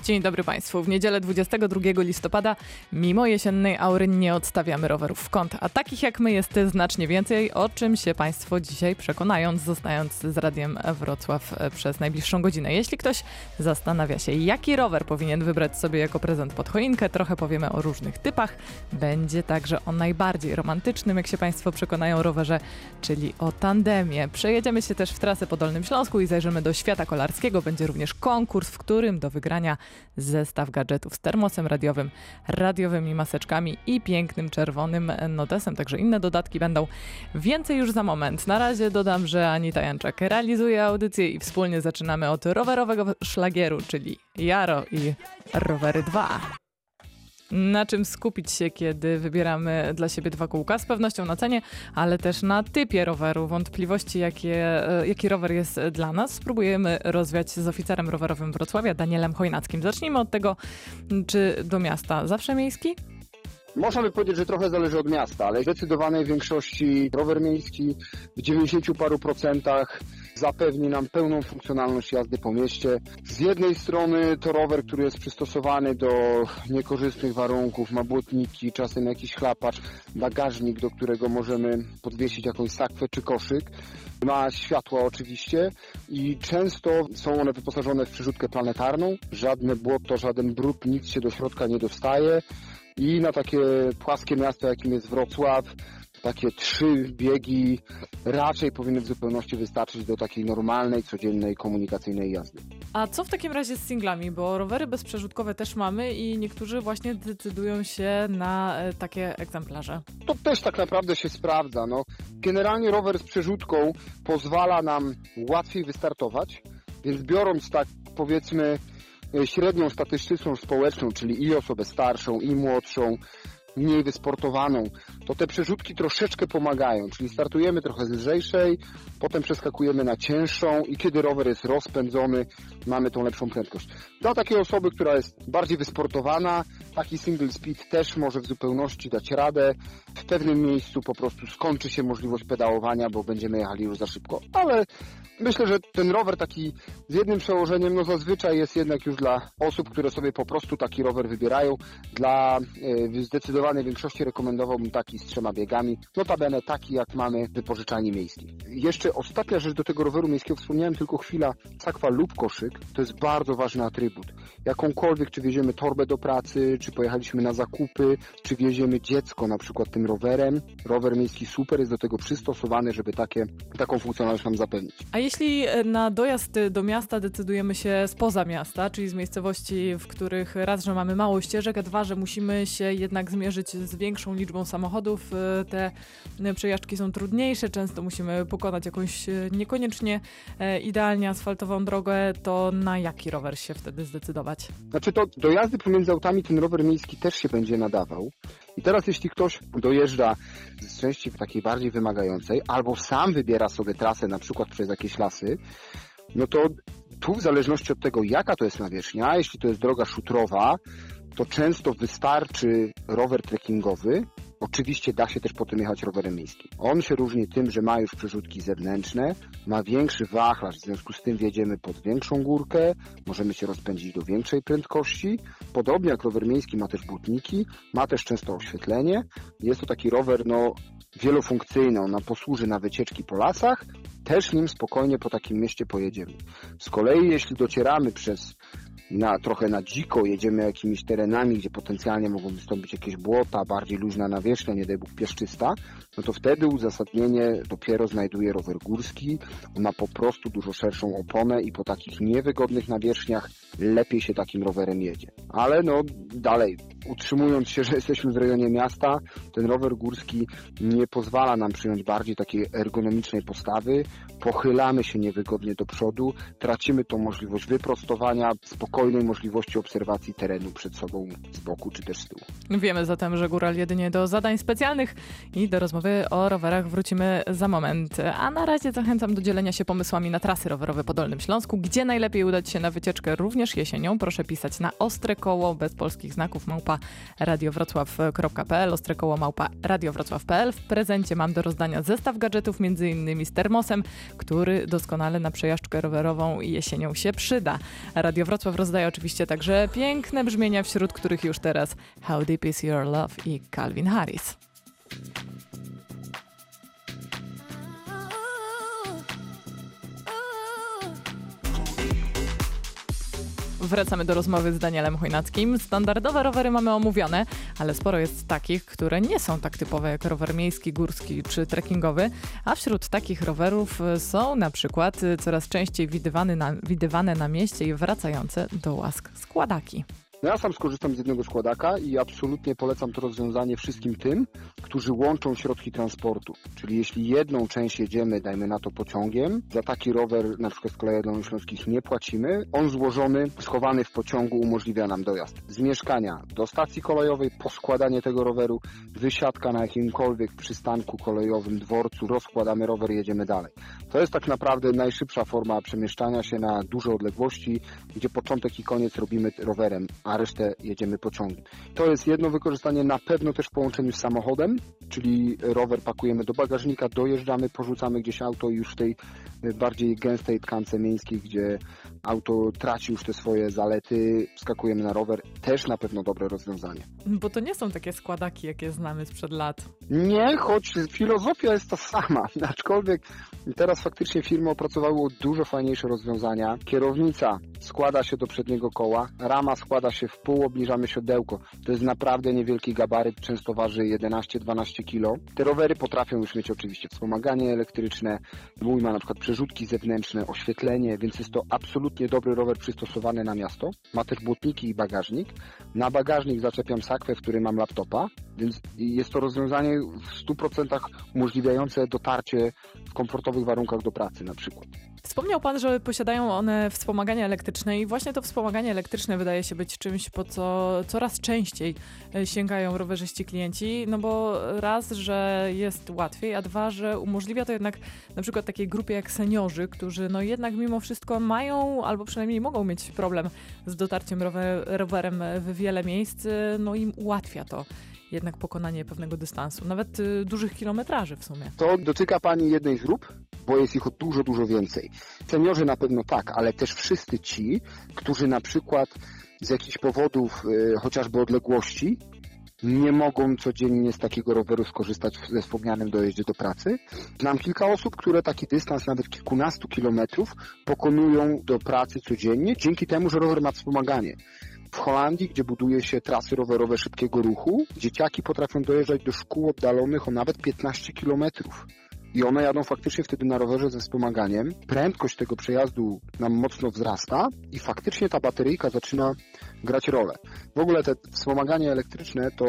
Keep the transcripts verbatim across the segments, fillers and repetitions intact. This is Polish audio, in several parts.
Dzień dobry Państwu. W niedzielę dwudziestego drugiego listopada mimo jesiennej aury nie odstawiamy rowerów w kąt, a takich jak my jest znacznie więcej, o czym się Państwo dzisiaj przekonają, zostając z Radiem Wrocław przez najbliższą godzinę. Jeśli ktoś zastanawia się, jaki rower powinien wybrać sobie jako prezent pod choinkę, trochę powiemy o różnych typach. Będzie także o najbardziej romantycznym, jak się Państwo przekonają, rowerze, czyli o tandemie. Przejedziemy się też w trasę po Dolnym Śląsku i zajrzymy do świata kolarskiego. Będzie również konkurs, w którym do wygrania zestaw gadżetów z termosem radiowym, radiowymi maseczkami i pięknym czerwonym notesem. Także inne dodatki będą. Więcej już za moment. Na razie dodam, że Anita Janczak realizuje audycję i wspólnie zaczynamy od rowerowego szlagieru, czyli Jaro i Rowery dwa. Na czym skupić się, kiedy wybieramy dla siebie dwa kółka? Z pewnością na cenie, ale też na typie roweru. Wątpliwości, jakie, jaki rower jest dla nas, spróbujemy rozwiać z oficerem rowerowym Wrocławia, Danielem Chojnackim. Zacznijmy od tego, czy do miasta zawsze miejski? Można by powiedzieć, że trochę zależy od miasta, ale w zdecydowanej większości rower miejski w dziewięćdziesięciu paru procentach zapewni nam pełną funkcjonalność jazdy po mieście. Z jednej strony to rower, który jest przystosowany do niekorzystnych warunków, ma błotniki, czasem jakiś chlapacz, bagażnik, do którego możemy podwiesić jakąś sakwę czy koszyk. Ma światła oczywiście i często są one wyposażone w przerzutkę planetarną. Żadne błoto, żaden brud, nic się do środka nie dostaje. I na takie płaskie miasto, jakim jest Wrocław, takie trzy biegi raczej powinny w zupełności wystarczyć do takiej normalnej, codziennej, komunikacyjnej jazdy. A co w takim razie z singlami? Bo rowery bezprzeszutkowe też mamy i niektórzy właśnie decydują się na takie egzemplarze. To też tak naprawdę się sprawdza. No, generalnie rower z przerzutką pozwala nam łatwiej wystartować, więc biorąc tak powiedzmy średnią statystyczną społeczną, czyli i osobę starszą, i młodszą, mniej wysportowaną, to te przerzutki troszeczkę pomagają, czyli startujemy trochę z lżejszej, potem przeskakujemy na cięższą i kiedy rower jest rozpędzony, mamy tą lepszą prędkość. Dla takiej osoby, która jest bardziej wysportowana, taki single speed też może w zupełności dać radę. W pewnym miejscu po prostu skończy się możliwość pedałowania, bo będziemy jechali już za szybko. Ale myślę, że ten rower taki z jednym przełożeniem, no zazwyczaj jest jednak już dla osób, które sobie po prostu taki rower wybierają. Dla yy, zdecydowanej większości rekomendowałbym taki z trzema biegami. Notabene taki, jak mamy w wypożyczalni miejskiej. Jeszcze ostatnia rzecz do tego roweru miejskiego, wspomniałem tylko chwila, sakwa lub koszyk, to jest bardzo ważny atrybut. Jakąkolwiek, czy wieziemy torbę do pracy, czy pojechaliśmy na zakupy, czy wieziemy dziecko na przykład tym rowerem. Rower miejski super jest do tego przystosowany, żeby takie, taką funkcjonalność nam zapewnić. A jeśli na dojazd do miasta decydujemy się spoza miasta, czyli z miejscowości, w których raz, że mamy mało ścieżek, a dwa, że musimy się jednak zmierzyć z większą liczbą samochodów, te przejażdżki są trudniejsze, często musimy pokonać jakąś niekoniecznie idealnie asfaltową drogę, to na jaki rower się wtedy zdecydować? Znaczy to do jazdy pomiędzy autami ten rower miejski też się będzie nadawał. I teraz jeśli ktoś dojeżdża z części takiej bardziej wymagającej, albo sam wybiera sobie trasę na przykład przez jakieś lasy, no to tu w zależności od tego, jaka to jest nawierzchnia, jeśli to jest droga szutrowa, to często wystarczy rower trekkingowy. Oczywiście da się też potem jechać rowerem miejskim. On się różni tym, że ma już przerzutki zewnętrzne, ma większy wachlarz, w związku z tym wjedziemy pod większą górkę, możemy się rozpędzić do większej prędkości. Podobnie jak rower miejski ma też błotniki, ma też często oświetlenie. Jest to taki rower no, wielofunkcyjny, on nam posłuży na wycieczki po lasach, też nim spokojnie po takim mieście pojedziemy. Z kolei jeśli docieramy przez Na, trochę na dziko, jedziemy jakimiś terenami, gdzie potencjalnie mogą wystąpić jakieś błota, bardziej luźna nawierzchnia, nie daj Bóg piaszczysta, no to wtedy uzasadnienie dopiero znajduje rower górski. On ma po prostu dużo szerszą oponę i po takich niewygodnych nawierzchniach lepiej się takim rowerem jedzie. Ale no dalej, utrzymując się, że jesteśmy w rejonie miasta, ten rower górski nie pozwala nam przyjąć bardziej takiej ergonomicznej postawy, pochylamy się niewygodnie do przodu, tracimy tą możliwość wyprostowania, spokojnej możliwości obserwacji terenu przed sobą z boku czy też z tyłu. Wiemy zatem, że góral jedynie do zadań specjalnych i do rozmowy o rowerach wrócimy za moment. A na razie zachęcam do dzielenia się pomysłami na trasy rowerowe po Dolnym Śląsku. Gdzie najlepiej udać się na wycieczkę również jesienią? Proszę pisać na ostre koło bez polskich znaków małpa małpa radiowrocław kropka p l, ostre koło małpa radiowrocław kropka p l. W prezencie mam do rozdania zestaw gadżetów, między innymi z termosem, który doskonale na przejażdżkę rowerową jesienią się przyda. Radio Wrocław rozdaje oczywiście także piękne brzmienia, wśród których już teraz How Deep Is Your Love i Calvin Harris. Wracamy do rozmowy z Danielem Chojnackim. Standardowe rowery mamy omówione, ale sporo jest takich, które nie są tak typowe jak rower miejski, górski czy trekkingowy, a wśród takich rowerów są na przykład coraz częściej widywane na, widywane na mieście i wracające do łask składaki. No ja sam skorzystam z jednego składaka i absolutnie polecam to rozwiązanie wszystkim tym, którzy łączą środki transportu. Czyli jeśli jedną część jedziemy, dajmy na to pociągiem, za taki rower na przykład z Kolei Dolnośląskich nie płacimy. On złożony, schowany w pociągu umożliwia nam dojazd z mieszkania do stacji kolejowej, poskładanie tego roweru, wysiadka na jakimkolwiek przystanku kolejowym, dworcu, rozkładamy rower i jedziemy dalej. To jest tak naprawdę najszybsza forma przemieszczania się na duże odległości, gdzie początek i koniec robimy rowerem, a resztę jedziemy pociągiem. To jest jedno wykorzystanie, na pewno też w połączeniu z samochodem, czyli rower pakujemy do bagażnika, dojeżdżamy, porzucamy gdzieś auto i już w tej bardziej gęstej tkance miejskiej, gdzie auto traci już te swoje zalety, wskakujemy na rower, też na pewno dobre rozwiązanie. Bo to nie są takie składaki, jakie znamy sprzed lat. Nie, choć filozofia jest ta sama, aczkolwiek teraz faktycznie firmy opracowały dużo fajniejsze rozwiązania. Kierownica składa się do przedniego koła, rama składa się w pół, obniżamy siodełko. To jest naprawdę niewielki gabaryt, często waży jedenaście dwanaście kilo. Te rowery potrafią już mieć oczywiście wspomaganie elektryczne, mój ma na przykład przerzutki zewnętrzne, oświetlenie, więc jest to absolutnie dobry rower przystosowany na miasto. Ma też błotniki i bagażnik. Na bagażnik zaczepiam sakwę, w której mam laptopa, więc jest to rozwiązanie w stu procentach umożliwiające dotarcie w komfortowych warunkach do pracy na przykład. Wspomniał Pan, że posiadają one wspomaganie elektryczne i właśnie to wspomaganie elektryczne wydaje się być czymś, po co coraz częściej sięgają rowerzyści klienci, no bo raz, że jest łatwiej, a dwa, że umożliwia to jednak na przykład takiej grupie jak seniorzy, którzy no jednak mimo wszystko mają albo przynajmniej mogą mieć problem z dotarciem rower, rowerem w wiele miejsc, no im ułatwia to jednak pokonanie pewnego dystansu, nawet y, dużych kilometraży w sumie. To dotyka Pani jednej z grup, bo jest ich dużo, dużo więcej. Seniorzy na pewno tak, ale też wszyscy ci, którzy na przykład z jakichś powodów, y, chociażby odległości, nie mogą codziennie z takiego roweru skorzystać ze wspomnianym dojeździe do pracy. Znam kilka osób, które taki dystans nawet kilkunastu kilometrów pokonują do pracy codziennie, dzięki temu, że rower ma wspomaganie. W Holandii, gdzie buduje się trasy rowerowe szybkiego ruchu, dzieciaki potrafią dojeżdżać do szkół oddalonych o nawet piętnaście kilometrów. I one jadą faktycznie wtedy na rowerze ze wspomaganiem. Prędkość tego przejazdu nam mocno wzrasta i faktycznie ta bateryjka zaczyna grać rolę. W ogóle te wspomaganie elektryczne to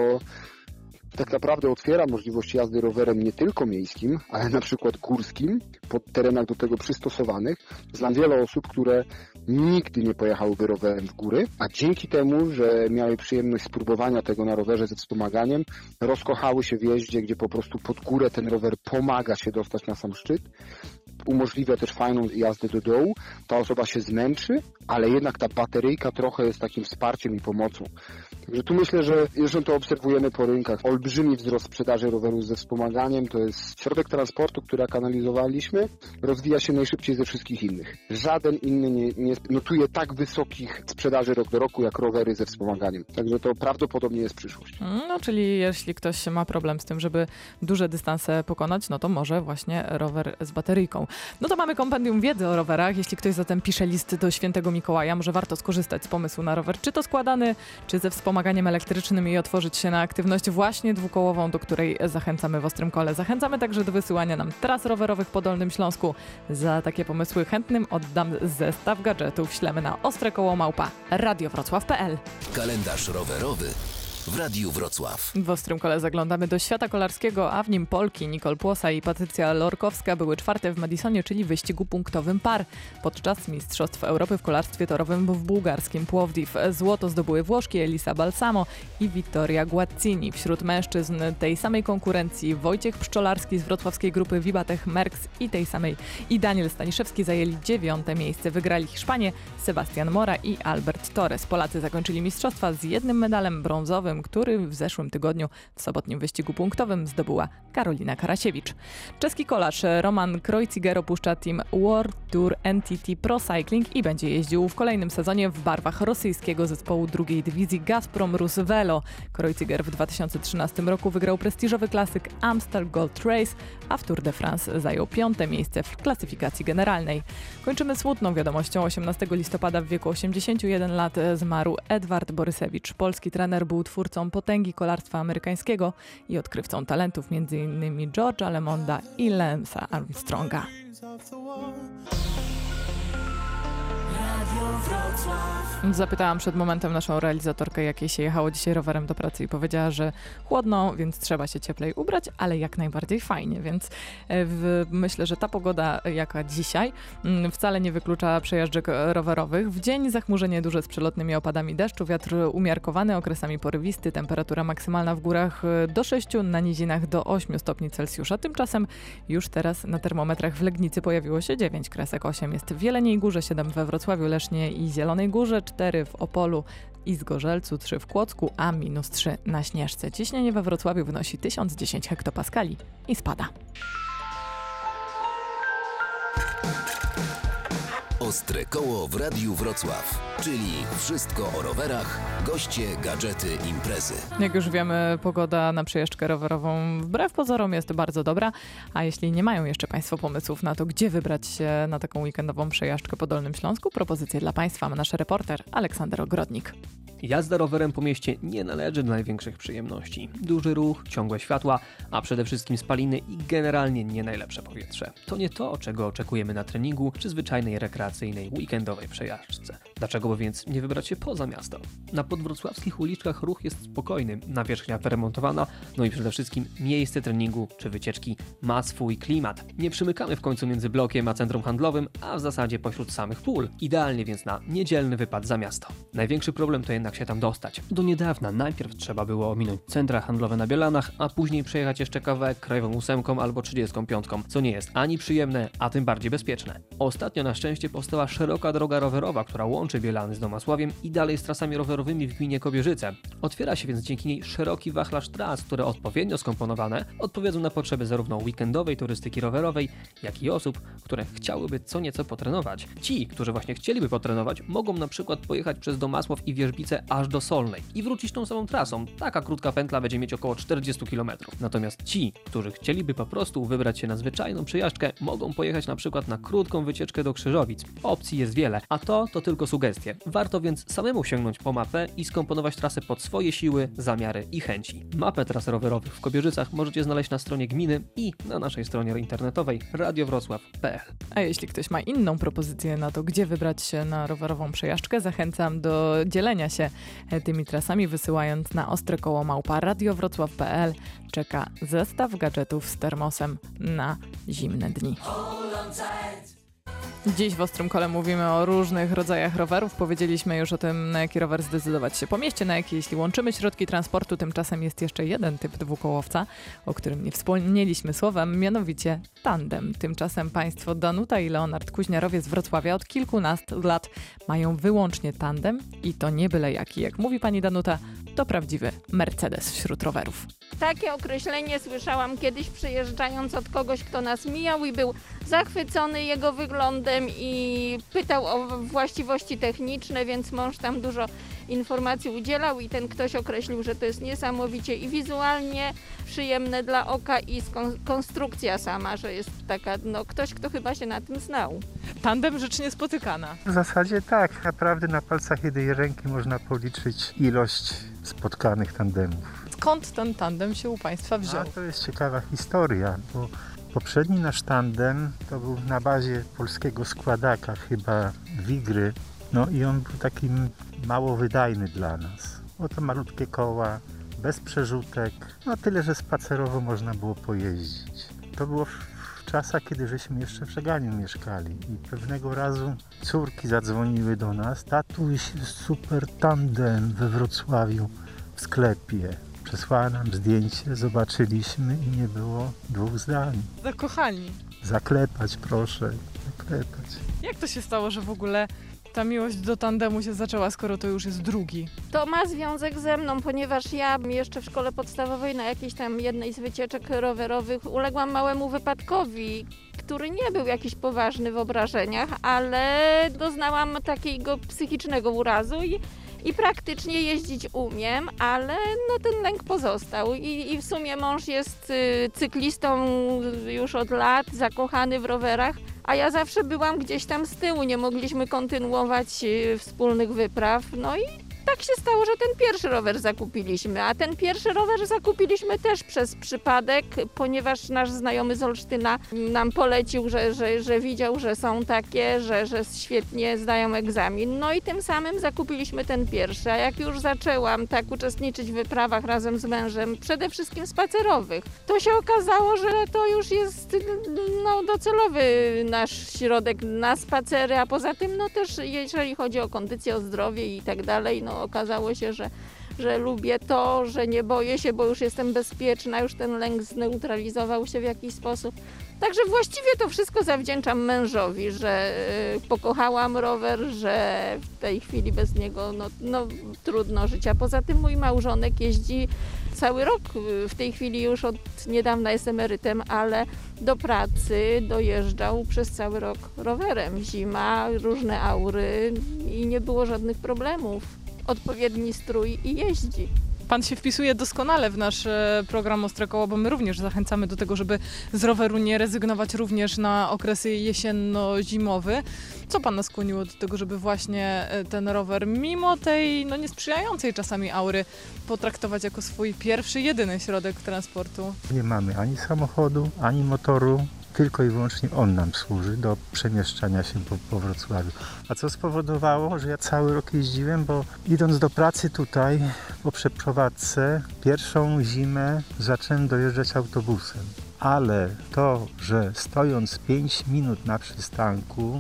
tak naprawdę otwiera możliwość jazdy rowerem nie tylko miejskim, ale na przykład górskim, pod terenach do tego przystosowanych. Znam wiele osób, które nigdy nie pojechałyby rowerem w góry, a dzięki temu, że miały przyjemność spróbowania tego na rowerze ze wspomaganiem, rozkochały się w jeździe, gdzie po prostu pod górę ten rower pomaga się dostać na sam szczyt. Umożliwia też fajną jazdę do dołu. Ta osoba się zmęczy, ale jednak ta bateryjka trochę jest takim wsparciem i pomocą. Także tu myślę, że jeżeli to obserwujemy po rynkach, olbrzymi wzrost sprzedaży rowerów ze wspomaganiem, to jest środek transportu, który jak analizowaliśmy, rozwija się najszybciej ze wszystkich innych. Żaden inny nie, nie notuje tak wysokich sprzedaży rok do roku, jak rowery ze wspomaganiem. Także to prawdopodobnie jest przyszłość. No, czyli jeśli ktoś ma problem z tym, żeby duże dystanse pokonać, no to może właśnie rower z bateryjką. No to mamy kompendium wiedzy o rowerach. Jeśli ktoś zatem pisze list do Świętego Mikołaja, może warto skorzystać z pomysłu na rower, czy to składany, czy ze wspomaganiem elektrycznym i otworzyć się na aktywność właśnie dwukołową, do której zachęcamy w Ostrym Kole. Zachęcamy także do wysyłania nam tras rowerowych po Dolnym Śląsku. Za takie pomysły chętnym oddam zestaw gadżetów. Ślemy na ostre koło małpa radiowrocław kropka p l. Kalendarz rowerowy w Radiu Wrocław. W Ostrym Kole zaglądamy do świata kolarskiego, a w nim Polki Nicole Płosa i Patrycja Lorkowska były czwarte w Madisonie, czyli wyścigu punktowym par, podczas Mistrzostw Europy w kolarstwie torowym w bułgarskim Płowdiw. Złoto zdobyły Włoszki Elisa Balsamo i Vittoria Guazzini. Wśród mężczyzn tej samej konkurencji Wojciech Pszczolarski z wrocławskiej grupy Vivatech Merckx i tej samej i Daniel Staniszewski zajęli dziewiąte miejsce. Wygrali Hiszpanie Sebastian Mora i Albert Torres. Polacy zakończyli mistrzostwa z jednym medalem brązowym rowerowym, który w zeszłym tygodniu w sobotnim wyścigu punktowym zdobyła Karolina Karasiewicz. Czeski kolarz Roman Kreuziger opuszcza team World Tour N T T Pro Cycling i będzie jeździł w kolejnym sezonie w barwach rosyjskiego zespołu drugiej dywizji Gazprom Rus Velo. Kreuziger w dwa tysiące trzynastym roku wygrał prestiżowy klasyk Amstel Gold Race, a w Tour de France zajął piąte miejsce w klasyfikacji generalnej. Kończymy smutną wiadomością. osiemnastego listopada w wieku osiemdziesięciu jeden lat zmarł Edward Borysewicz. Polski trener, był twórcą potęgi kolarstwa amerykańskiego i odkrywcą talentów m.in. George'a LeMonda i Lance'a Armstronga. Zapytałam przed momentem naszą realizatorkę, jakiej się jechało dzisiaj rowerem do pracy i powiedziała, że chłodno, więc trzeba się cieplej ubrać, ale jak najbardziej fajnie, więc w, myślę, że ta pogoda jaka dzisiaj wcale nie wyklucza przejażdżek rowerowych. W dzień zachmurzenie duże z przelotnymi opadami deszczu, wiatr umiarkowany, okresami porywisty, temperatura maksymalna w górach do sześciu, na nizinach do ośmiu stopni Celsjusza. Tymczasem już teraz na termometrach w Legnicy pojawiło się dziewięć kresek, osiem jest w Jeleniej Górze, siedem we Wrocławiu, Lesznie i Zielonej Górze, cztery w Opolu i Zgorzelcu, trzy w Kłodzku, a minus trzy na Śnieżce. Ciśnienie we Wrocławiu wynosi tysiąc dziesięć hektopaskali i spada. Ostre koło w Radiu Wrocław, czyli wszystko o rowerach, goście, gadżety, imprezy. Jak już wiemy, pogoda na przejażdżkę rowerową wbrew pozorom jest bardzo dobra, a jeśli nie mają jeszcze Państwo pomysłów na to, gdzie wybrać się na taką weekendową przejażdżkę po Dolnym Śląsku, propozycje dla Państwa ma nasz reporter Aleksander Ogrodnik. Jazda rowerem po mieście nie należy do największych przyjemności. Duży ruch, ciągłe światła, a przede wszystkim spaliny i generalnie nie najlepsze powietrze. To nie to, czego oczekujemy na treningu czy zwyczajnej rekreacyjnej weekendowej przejażdżce. Dlaczego więc nie wybrać się poza miasto? Na podwrocławskich uliczkach ruch jest spokojny, nawierzchnia wyremontowana, no i przede wszystkim miejsce treningu czy wycieczki ma swój klimat. Nie przymykamy w końcu między blokiem a centrum handlowym, a w zasadzie pośród samych pól. Idealnie więc na niedzielny wypad za miasto. Największy problem to jednak się tam dostać. Do niedawna najpierw trzeba było ominąć centra handlowe na Bielanach, a później przejechać jeszcze kawałek krajową ósemką albo trzydziestką piątką, co nie jest ani przyjemne, a tym bardziej bezpieczne. Ostatnio na szczęście powstała szeroka droga rowerowa, która łączy Bielany z Domasławiem i dalej z trasami rowerowymi w gminie Kobierzyce. Otwiera się więc dzięki niej szeroki wachlarz tras, które odpowiednio skomponowane odpowiedzą na potrzeby zarówno weekendowej turystyki rowerowej, jak i osób, które chciałyby co nieco potrenować. Ci, którzy właśnie chcieliby potrenować, mogą na przykład pojechać przez Domasław i Wierzbice aż do Solnej i wrócić tą samą trasą. Taka krótka pętla będzie mieć około czterdzieści kilometrów. Natomiast ci, którzy chcieliby po prostu wybrać się na zwyczajną przejażdżkę, mogą pojechać na przykład na krótką wycieczkę do Krzyżowic. Opcji jest wiele, a to to tylko sugestie. Warto więc samemu sięgnąć po mapę i skomponować trasę pod swoje siły, zamiary i chęci. Mapę tras rowerowych w Kobierzycach możecie znaleźć na stronie gminy i na naszej stronie internetowej radiowrocław kropka p l. A jeśli ktoś ma inną propozycję na to, gdzie wybrać się na rowerową przejażdżkę, zachęcam do dzielenia się tymi trasami, wysyłając na ostrekoło małpa radiowrocław kropka p l. Czeka zestaw gadżetów z termosem na zimne dni. Dziś w Ostrym Kole mówimy o różnych rodzajach rowerów. Powiedzieliśmy już o tym, na jaki rower zdecydować się po mieście, na jaki jeśli łączymy środki transportu. Tymczasem jest jeszcze jeden typ dwukołowca, o którym nie wspomnieliśmy słowem, mianowicie tandem. Tymczasem państwo Danuta i Leonard Kuźniarowie z Wrocławia od kilkunastu lat mają wyłącznie tandem i to nie byle jaki. Jak mówi pani Danuta, to prawdziwy Mercedes wśród rowerów. Takie określenie słyszałam kiedyś przyjeżdżając od kogoś, kto nas mijał i był zachwycony jego wyglądem i pytał o właściwości techniczne, więc mąż tam dużo informacji udzielał i ten ktoś określił, że to jest niesamowicie i wizualnie przyjemne dla oka i konstrukcja sama, że jest taka, no ktoś, kto chyba się na tym znał. Tandem rzecz niespotykana. W zasadzie tak, naprawdę na palcach jednej ręki można policzyć ilość spotkanych tandemów. Skąd ten tandem się u państwa wziął? A to jest ciekawa historia, bo poprzedni nasz tandem to był na bazie polskiego składaka, chyba Wigry, no i on był takim mało wydajny dla nas. Oto malutkie koła, bez przerzutek, no tyle, że spacerowo można było pojeździć. To było w czasach, kiedy żeśmy jeszcze w Żeganiu mieszkali i pewnego razu córki zadzwoniły do nas: tatuś, super tandem we Wrocławiu w sklepie. Przesłała nam zdjęcie, zobaczyliśmy i nie było dwóch zdań. Zakochani. Zaklepać, proszę, zaklepać. Jak to się stało, że w ogóle ta miłość do tandemu się zaczęła, skoro to już jest drugi? To ma związek ze mną, ponieważ ja jeszcze w szkole podstawowej na jakiejś tam jednej z wycieczek rowerowych uległam małemu wypadkowi, który nie był jakiś poważny w obrażeniach, ale doznałam takiego psychicznego urazu i I praktycznie jeździć umiem, ale no ten lęk pozostał. I, i w sumie mąż jest y, cyklistą już od lat, zakochany w rowerach, a ja zawsze byłam gdzieś tam z tyłu, nie mogliśmy kontynuować y, wspólnych wypraw. No i tak się stało, że ten pierwszy rower zakupiliśmy, a ten pierwszy rower zakupiliśmy też przez przypadek, ponieważ nasz znajomy z Olsztyna nam polecił, że, że, że widział, że są takie, że, że świetnie zdają egzamin. No i tym samym zakupiliśmy ten pierwszy, a jak już zaczęłam tak uczestniczyć w wyprawach razem z mężem, przede wszystkim spacerowych, to się okazało, że to już jest no, docelowy nasz środek na spacery, a poza tym no też jeżeli chodzi o kondycję, o zdrowie i tak dalej, no okazało się, że, że lubię to, że nie boję się, bo już jestem bezpieczna, już ten lęk zneutralizował się w jakiś sposób. Także właściwie to wszystko zawdzięczam mężowi, że y, pokochałam rower, że w tej chwili bez niego no, no, trudno żyć. A poza tym mój małżonek jeździ cały rok, w tej chwili już od niedawna jest emerytem, ale do pracy dojeżdżał przez cały rok rowerem. Zima, różne aury i nie było żadnych problemów. Odpowiedni strój i jeździ. Pan się wpisuje doskonale w nasz program Ostre Koło, bo my również zachęcamy do tego, żeby z roweru nie rezygnować również na okresy jesienno-zimowy. Co Pana skłoniło do tego, żeby właśnie ten rower, mimo tej no, niesprzyjającej czasami aury, potraktować jako swój pierwszy, jedyny środek transportu? Nie mamy ani samochodu, ani motoru. Tylko i wyłącznie on nam służy do przemieszczania się po, po Wrocławiu. A co spowodowało, że ja cały rok jeździłem, bo idąc do pracy tutaj po przeprowadzce, pierwszą zimę zacząłem dojeżdżać autobusem. Ale to, że stojąc pięć minut na przystanku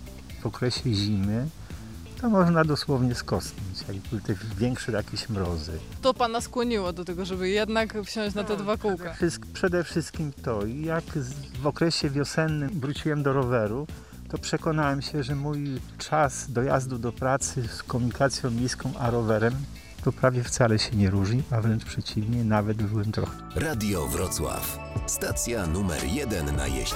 w okresie zimy, to można dosłownie skostnić, jak były te większe jakieś mrozy. To Pana skłoniło do tego, żeby jednak wsiąść na te dwa kółka? Przede wszystkim to. I jak w okresie wiosennym wróciłem do roweru, to przekonałem się, że mój czas dojazdu do pracy z komunikacją miejską a rowerem to prawie wcale się nie różni, a wręcz przeciwnie, nawet byłem trochę. Radio Wrocław. Stacja numer jeden na jeźdź.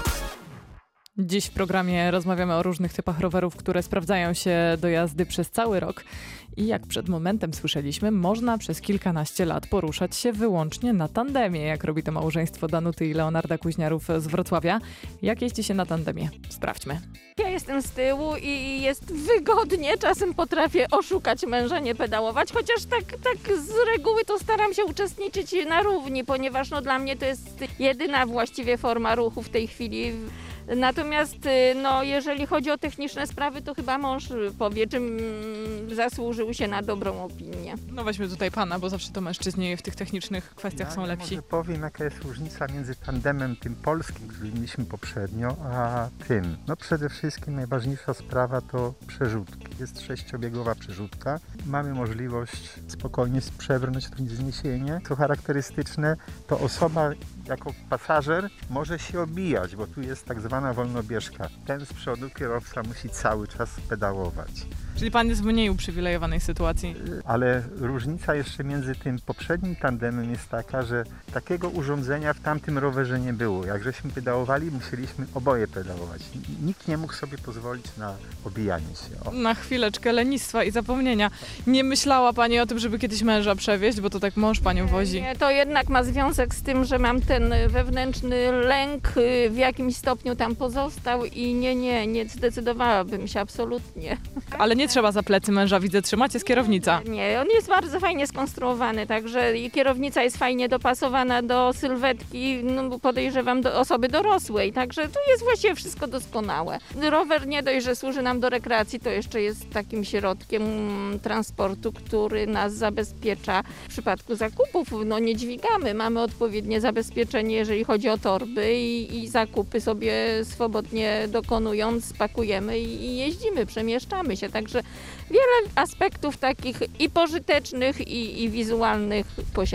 Dziś w programie rozmawiamy o różnych typach rowerów, które sprawdzają się do jazdy przez cały rok. I jak przed momentem słyszeliśmy, można przez kilkanaście lat poruszać się wyłącznie na tandemie, jak robi to małżeństwo Danuty i Leonarda Kuźniarów z Wrocławia. Jak jeździ się na tandemie? Sprawdźmy. Ja jestem z tyłu i jest wygodnie, czasem potrafię oszukać męża, nie pedałować, chociaż tak, tak z reguły to staram się uczestniczyć na równi, ponieważ no, dla mnie to jest jedyna właściwie forma ruchu w tej chwili. Natomiast no, jeżeli chodzi o techniczne sprawy, to chyba mąż powie, czym zasłużył się na dobrą opinię. No weźmy tutaj Pana, bo zawsze to mężczyźni w tych technicznych kwestiach ja są lepsi. Może powiem, jaka jest różnica między tandemem tym polskim, który mieliśmy poprzednio, a tym. No przede wszystkim najważniejsza sprawa to przerzutki. Jest sześciobiegowa przerzutka. Mamy możliwość spokojnie przebrnąć to zniesienie. Co charakterystyczne, to osoba jako pasażer może się obijać, bo tu jest tak zwana wolnobieżka. Ten z przodu kierowca musi cały czas pedałować. Czyli Pan jest w mniej uprzywilejowanej sytuacji. Ale różnica jeszcze między tym poprzednim tandemem jest taka, że takiego urządzenia w tamtym rowerze nie było. Jak żeśmy pedałowali, musieliśmy oboje pedałować. Nikt nie mógł sobie pozwolić na obijanie się. O. Na chwileczkę lenistwa i zapomnienia. Nie myślała Pani o tym, żeby kiedyś męża przewieźć, bo to tak mąż Panią wozi? Nie, to jednak ma związek z tym, że mam ten wewnętrzny lęk, w jakimś stopniu tam pozostał i nie, nie, nie zdecydowałabym się absolutnie. Ale nie trzeba za plecy męża, widzę, trzymać, jest kierownica. Nie, on jest bardzo fajnie skonstruowany, także i kierownica jest fajnie dopasowana do sylwetki, no podejrzewam, do osoby dorosłej, także tu jest właściwie wszystko doskonałe. Rower nie dość, że służy nam do rekreacji, to jeszcze jest takim środkiem transportu, który nas zabezpiecza w przypadku zakupów. No nie dźwigamy, mamy odpowiednie zabezpieczenie, jeżeli chodzi o torby i, i zakupy sobie swobodnie dokonując, pakujemy i, i jeździmy, przemieszczamy się, także wiele aspektów takich i pożytecznych, i, i wizualnych posiada.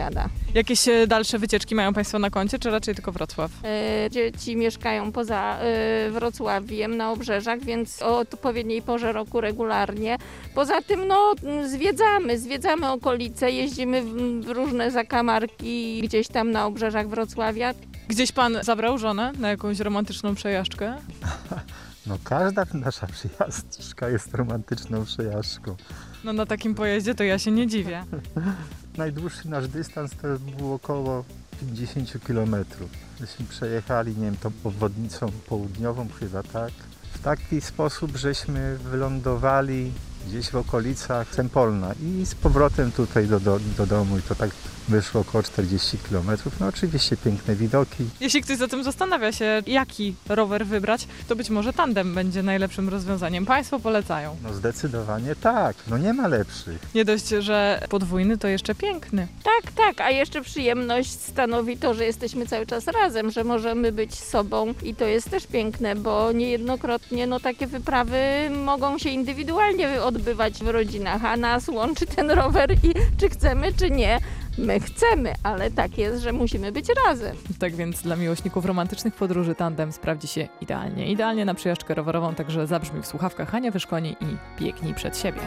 Jakieś e, dalsze wycieczki mają Państwo na koncie, czy raczej tylko Wrocław? E, Dzieci mieszkają poza e, Wrocławiem na obrzeżach, więc o odpowiedniej porze roku regularnie. Poza tym no zwiedzamy, zwiedzamy okolice, jeździmy w, w różne zakamarki gdzieś tam na obrzeżach Wrocławia. Gdzieś Pan zabrał żonę na jakąś romantyczną przejażdżkę? No każda nasza przejażdżka jest romantyczną przejażdżką. No na takim pojeździe to ja się nie dziwię. Najdłuższy nasz dystans to był około pięćdziesiąt kilometrów. Myśmy przejechali, nie wiem, tą obwodnicą południową chyba, tak? W taki sposób, żeśmy wylądowali gdzieś w okolicach Sempolna i z powrotem tutaj do, do, do domu i to tak wyszło około czterdzieści kilometrów. No oczywiście piękne widoki. Jeśli ktoś zatem zastanawia się, jaki rower wybrać, to być może tandem będzie najlepszym rozwiązaniem. Państwo polecają. No zdecydowanie tak, no nie ma lepszych. Nie dość, że podwójny, to jeszcze piękny. Tak, tak, a jeszcze przyjemność stanowi to, że jesteśmy cały czas razem, że możemy być sobą i to jest też piękne, bo niejednokrotnie no, takie wyprawy mogą się indywidualnie odbywać w rodzinach, a nas łączy ten rower i czy chcemy, czy nie, my chcemy, ale tak jest, że musimy być razem. Tak więc dla miłośników romantycznych podróży tandem sprawdzi się idealnie. Idealnie na przejażdżkę rowerową, także zabrzmi w słuchawkach Hania Wyszkoni i biegnij przed siebie.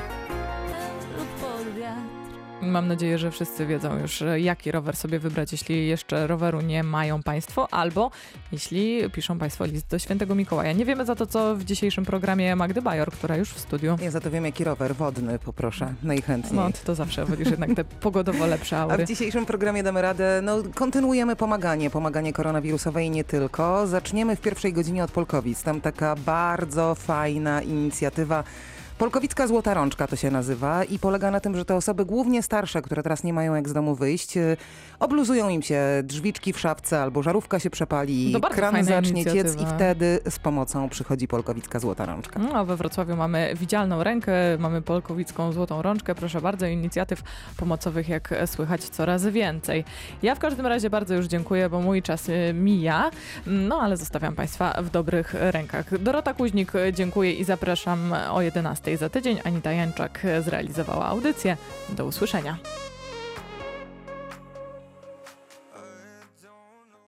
Mam nadzieję, że wszyscy wiedzą już, jaki rower sobie wybrać, jeśli jeszcze roweru nie mają Państwo, albo jeśli piszą Państwo list do Świętego Mikołaja. Nie wiemy za to, co w dzisiejszym programie Magdy Bajor, która już w studiu. Ja za to wiem, jaki rower wodny, poproszę, najchętniej. No, ty to zawsze wolisz jednak te pogodowo lepsze aury. A w dzisiejszym programie damy radę, no kontynuujemy pomaganie, pomaganie koronawirusowe i nie tylko. Zaczniemy w pierwszej godzinie od Polkowic. Tam taka bardzo fajna inicjatywa. Polkowicka Złota Rączka to się nazywa i polega na tym, że te osoby głównie starsze, które teraz nie mają jak z domu wyjść, obluzują im się drzwiczki w szafce albo żarówka się przepali, kran zacznie ciec i wtedy z pomocą przychodzi Polkowicka Złota Rączka. No, a we Wrocławiu mamy widzialną rękę, mamy Polkowicką Złotą Rączkę. Proszę bardzo, inicjatyw pomocowych jak słychać coraz więcej. Ja w każdym razie bardzo już dziękuję, bo mój czas mija, no ale zostawiam Państwa w dobrych rękach. Dorota Kuźnik, dziękuję i zapraszam o jedenastej za tydzień. Anita Jańczak zrealizowała audycję. Do usłyszenia.